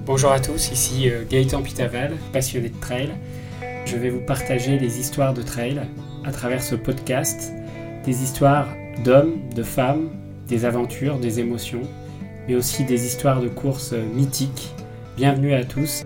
Bonjour à tous, ici Gaëtan Pitaval, passionné de trail. Je vais vous partager des histoires de trail à travers ce podcast, des histoires d'hommes, de femmes, des aventures, des émotions, mais aussi des histoires de courses mythiques. Bienvenue à tous.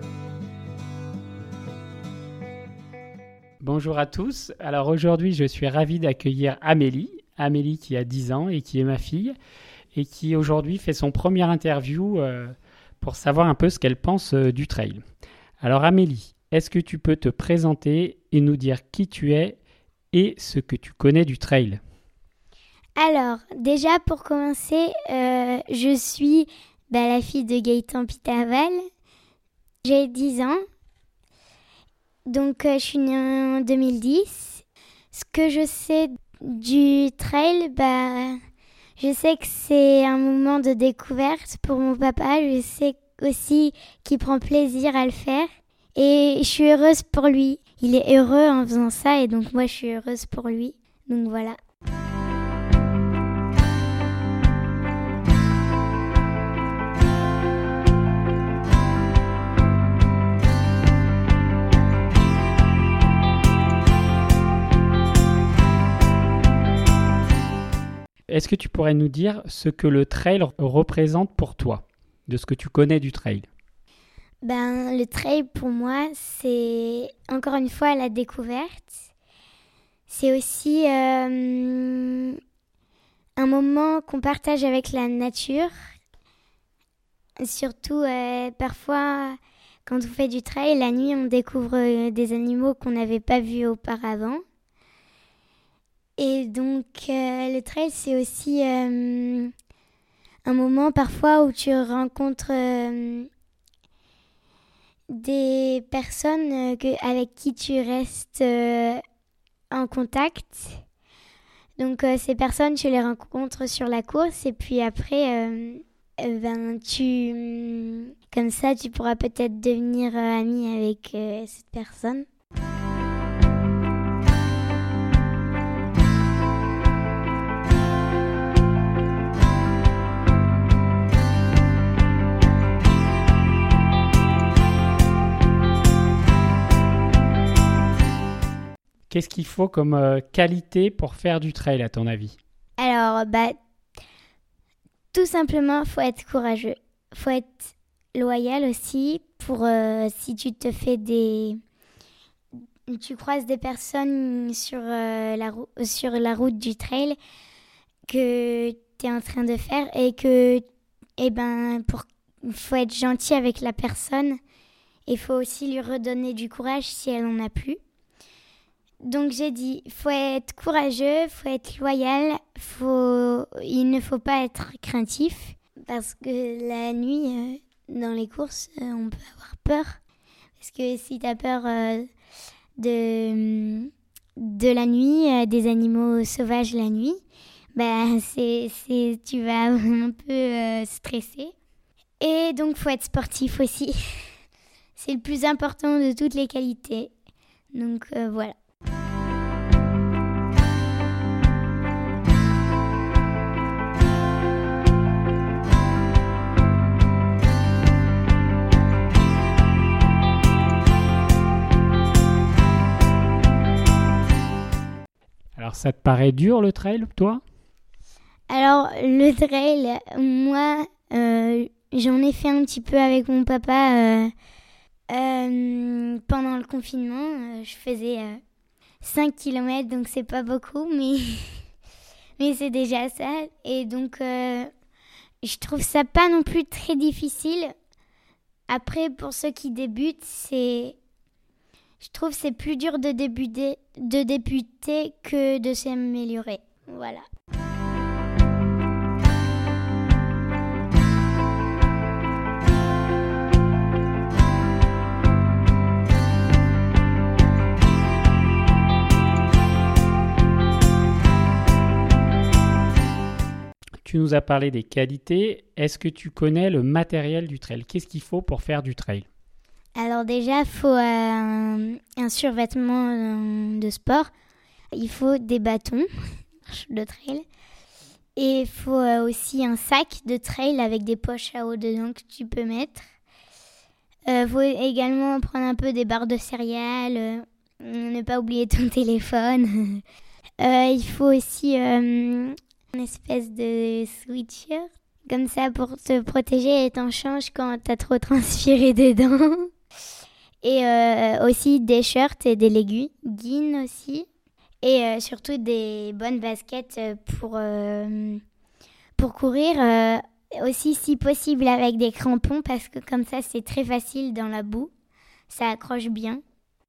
Bonjour à tous. Alors aujourd'hui, je suis ravi d'accueillir Amélie qui a 10 ans et qui est ma fille, et qui aujourd'hui fait son première interview pour savoir un peu ce qu'elle pense du trail. Alors Amélie, est-ce que tu peux te présenter et nous dire qui tu es et ce que tu connais du trail ? Alors, déjà pour commencer, je suis la fille de Gaëtan Pitaval. J'ai 10 ans, donc je suis née en 2010. Ce que je sais du trail, je sais que c'est un moment de découverte pour mon papa. Je sais aussi qu'il prend plaisir à le faire. Et je suis heureuse pour lui. Il est heureux en faisant ça et donc moi je suis heureuse pour lui. Donc voilà. Est-ce que tu pourrais nous dire ce que le trail représente pour toi, de ce que tu connais du trail ? Le trail pour moi, c'est encore une fois la découverte. C'est aussi un moment qu'on partage avec la nature. Surtout, parfois, quand on fait du trail, la nuit, on découvre des animaux qu'on n'avait pas vus auparavant. Et donc, le trail, c'est aussi un moment parfois où tu rencontres des personnes avec qui tu restes en contact. Donc, ces personnes, tu les rencontres sur la course et puis après, comme ça, tu pourras peut-être devenir ami avec cette personne. Qu'est-ce qu'il faut comme qualité pour faire du trail, à ton avis ? Alors, tout simplement, faut être courageux. Faut être loyal aussi pour si tu croises des personnes sur la route du trail que tu es en train de faire et que, faut être gentil avec la personne. Il faut aussi lui redonner du courage si elle en a plus. Donc j'ai dit, faut être courageux, faut être loyal, il ne faut pas être craintif parce que la nuit, dans les courses, on peut avoir peur. Parce que si tu as peur de la nuit, des animaux sauvages la nuit, tu vas un peu stresser. Et donc faut être sportif aussi. C'est le plus important de toutes les qualités. Donc voilà. Alors, ça te paraît dur, le trail, toi ? Alors, le trail, moi, j'en ai fait un petit peu avec mon papa pendant le confinement. Je faisais 5 km, donc c'est pas beaucoup, mais c'est déjà ça. Et donc, je trouve ça pas non plus très difficile. Après, pour ceux qui débutent, je trouve que c'est plus dur de débuter que de s'améliorer. Voilà. Tu nous as parlé des qualités. Est-ce que tu connais le matériel du trail ? Qu'est-ce qu'il faut pour faire du trail ? Alors déjà, il faut un survêtement de sport. Il faut des bâtons de trail. Et il faut aussi un sac de trail avec des poches à eau dedans que tu peux mettre. Faut également prendre un peu des barres de céréales, ne pas oublier ton téléphone. Il faut aussi une espèce de sweatshirt, comme ça pour te protéger et t'en changes quand t'as trop transpiré dedans. Et aussi des shirts et des leggings aussi. Et surtout des bonnes baskets pour courir. Aussi si possible avec des crampons parce que comme ça c'est très facile dans la boue. Ça accroche bien.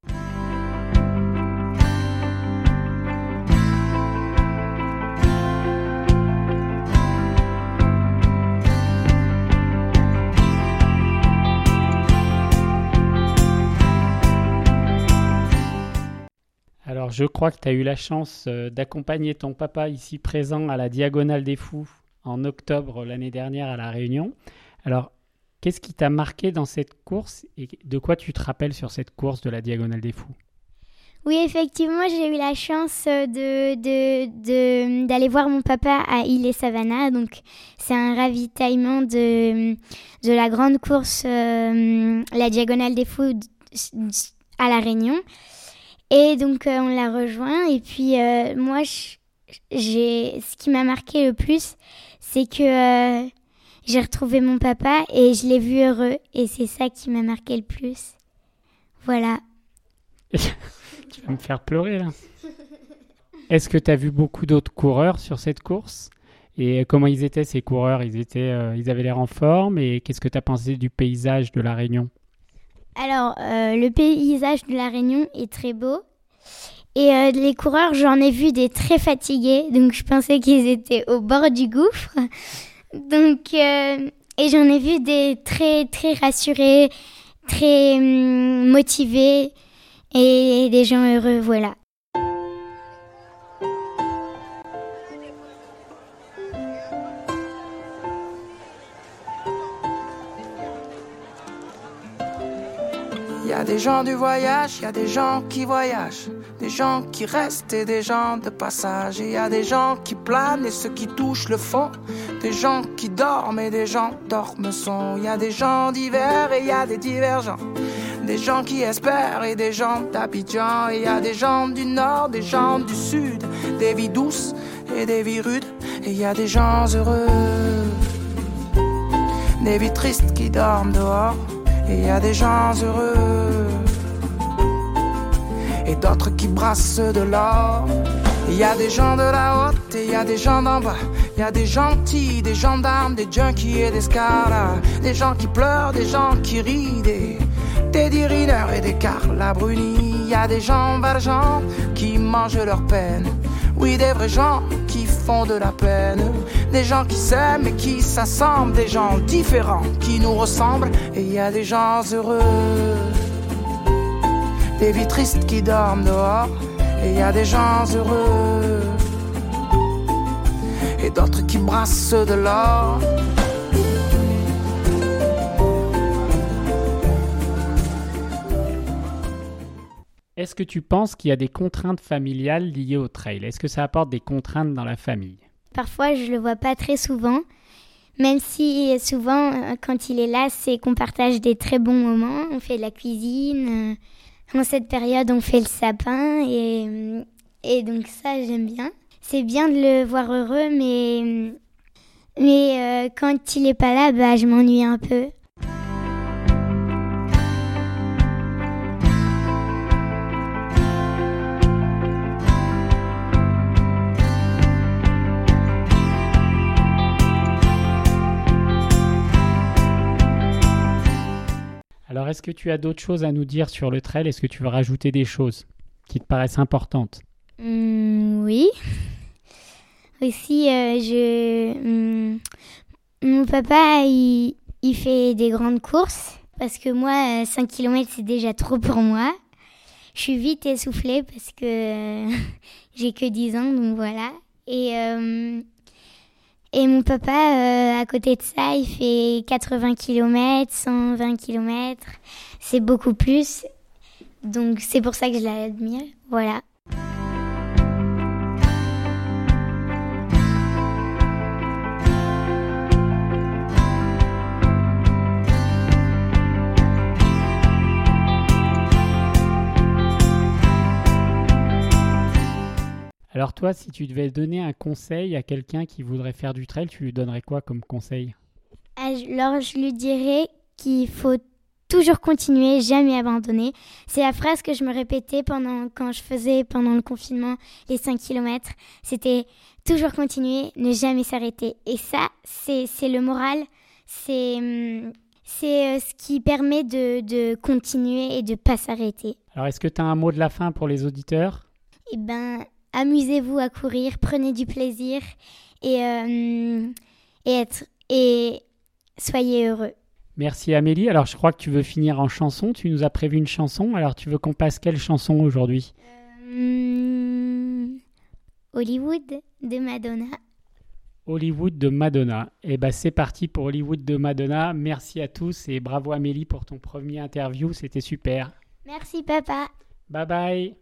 Alors, je crois que tu as eu la chance d'accompagner ton papa ici présent à la Diagonale des Fous en octobre l'année dernière à La Réunion. Alors, qu'est-ce qui t'a marqué dans cette course et de quoi tu te rappelles sur cette course de la Diagonale des Fous? Oui, effectivement, j'ai eu la chance d'aller voir mon papa à Île-et-Savannah. Donc, c'est un ravitaillement de la grande course, la Diagonale des Fous à La Réunion. Et donc, on l'a rejoint. Et puis, moi, ce qui m'a marqué le plus, c'est que j'ai retrouvé mon papa et je l'ai vu heureux. Et c'est ça qui m'a marqué le plus. Voilà. Tu vas me faire pleurer, là. Est-ce que tu as vu beaucoup d'autres coureurs sur cette course? Et comment ils étaient, ces coureurs? Ils avaient l'air en forme. Et qu'est-ce que tu as pensé du paysage de La Réunion? Alors, le paysage de La Réunion est très beau. Et les coureurs, j'en ai vu des très fatigués. Donc, je pensais qu'ils étaient au bord du gouffre. Donc, et j'en ai vu des très, très rassurés, très motivés et des gens heureux, voilà. Il y a des gens du voyage, il y a des gens qui voyagent, des gens qui restent et des gens de passage. Et il y a des gens qui planent et ceux qui touchent le fond, des gens qui dorment et des gens dorment-sont. Il y a des gens divers et il y a des divergents, des gens qui espèrent et des gens d'Abidjan. Et il y a des gens du nord, des gens du sud, des vies douces et des vies rudes. Et il y a des gens heureux, des vies tristes qui dorment dehors. Et il y a des gens heureux et d'autres qui brassent de l'or. Il y a des gens de la haute et il y a des gens d'en bas. Il y a des gentils, des gendarmes, des junkies et des scaras, des gens qui pleurent, des gens qui rient, des Teddy Riner et des Carla Bruni. Il y a des gens valjean qui mangent leur peine. Oui, des vrais gens qui font de la peine. Des gens qui s'aiment et qui s'assemblent. Des gens différents qui nous ressemblent. Et il y a des gens heureux, des vies tristes qui dorment dehors. Et il y a des gens heureux et d'autres qui brassent de l'or. Est-ce que tu penses qu'il y a des contraintes familiales liées au trail? Est-ce que ça apporte des contraintes dans la famille? Parfois, je le vois pas très souvent, même si souvent, quand il est là, c'est qu'on partage des très bons moments. On fait de la cuisine. En cette période, on fait le sapin et donc ça, j'aime bien. C'est bien de le voir heureux, mais quand il est pas là, bah, je m'ennuie un peu. Alors, est-ce que tu as d'autres choses à nous dire sur le trail? Est-ce que tu veux rajouter des choses qui te paraissent importantes? Oui. Aussi, mon papa, il fait des grandes courses parce que moi, 5 km, c'est déjà trop pour moi. Je suis vite essoufflée parce que j'ai que 10 ans, donc voilà. Et mon papa, à côté de ça, il fait 80 km, 120 km. C'est beaucoup plus. Donc, c'est pour ça que je l'admire. Voilà. Alors toi, si tu devais donner un conseil à quelqu'un qui voudrait faire du trail, tu lui donnerais quoi comme conseil? Alors, je lui dirais qu'il faut toujours continuer, jamais abandonner. C'est la phrase que je me répétais quand je faisais pendant le confinement les 5 km. C'était toujours continuer, ne jamais s'arrêter. Et ça, c'est le moral, c'est ce qui permet de continuer et de ne pas s'arrêter. Alors, est-ce que tu as un mot de la fin pour les auditeurs? Eh ben, amusez-vous à courir, prenez du plaisir et soyez heureux. Merci Amélie. Alors, je crois que tu veux finir en chanson. Tu nous as prévu une chanson. Alors, tu veux qu'on passe quelle chanson aujourd'hui? Hollywood de Madonna. Hollywood de Madonna. Eh ben, c'est parti pour Hollywood de Madonna. Merci à tous et bravo Amélie pour ton premier interview. C'était super. Merci papa. Bye bye.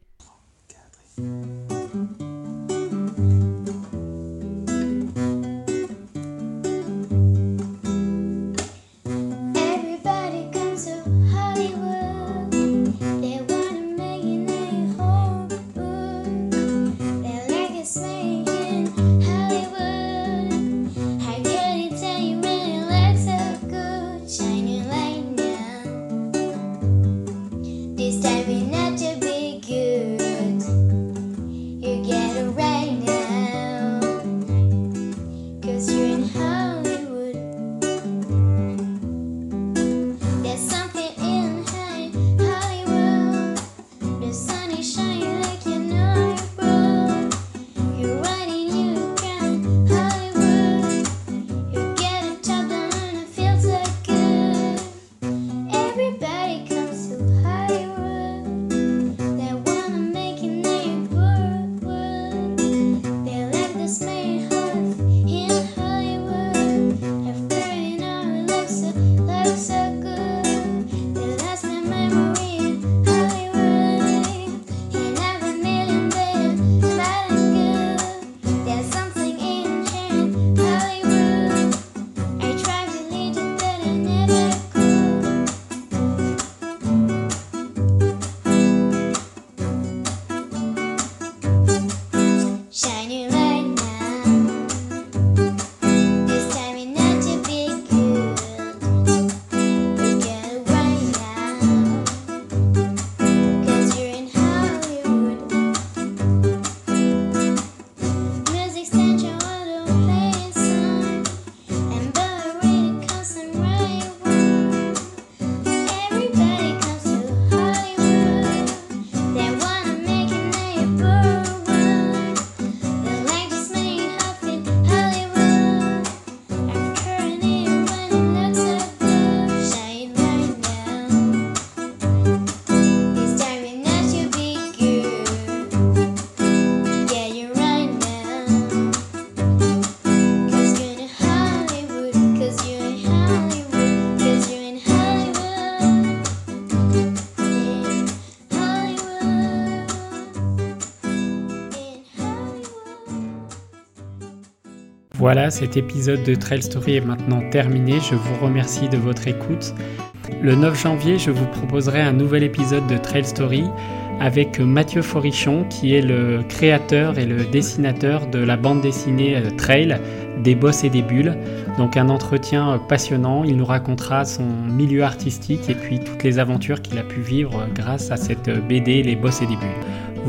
Voilà, cet épisode de Trail Story est maintenant terminé. Je vous remercie de votre écoute. Le 9 janvier, je vous proposerai un nouvel épisode de Trail Story avec Mathieu Forichon, qui est le créateur et le dessinateur de la bande dessinée Trail, des bosses et des bulles. Donc un entretien passionnant. Il nous racontera son milieu artistique et puis toutes les aventures qu'il a pu vivre grâce à cette BD, les bosses et des bulles.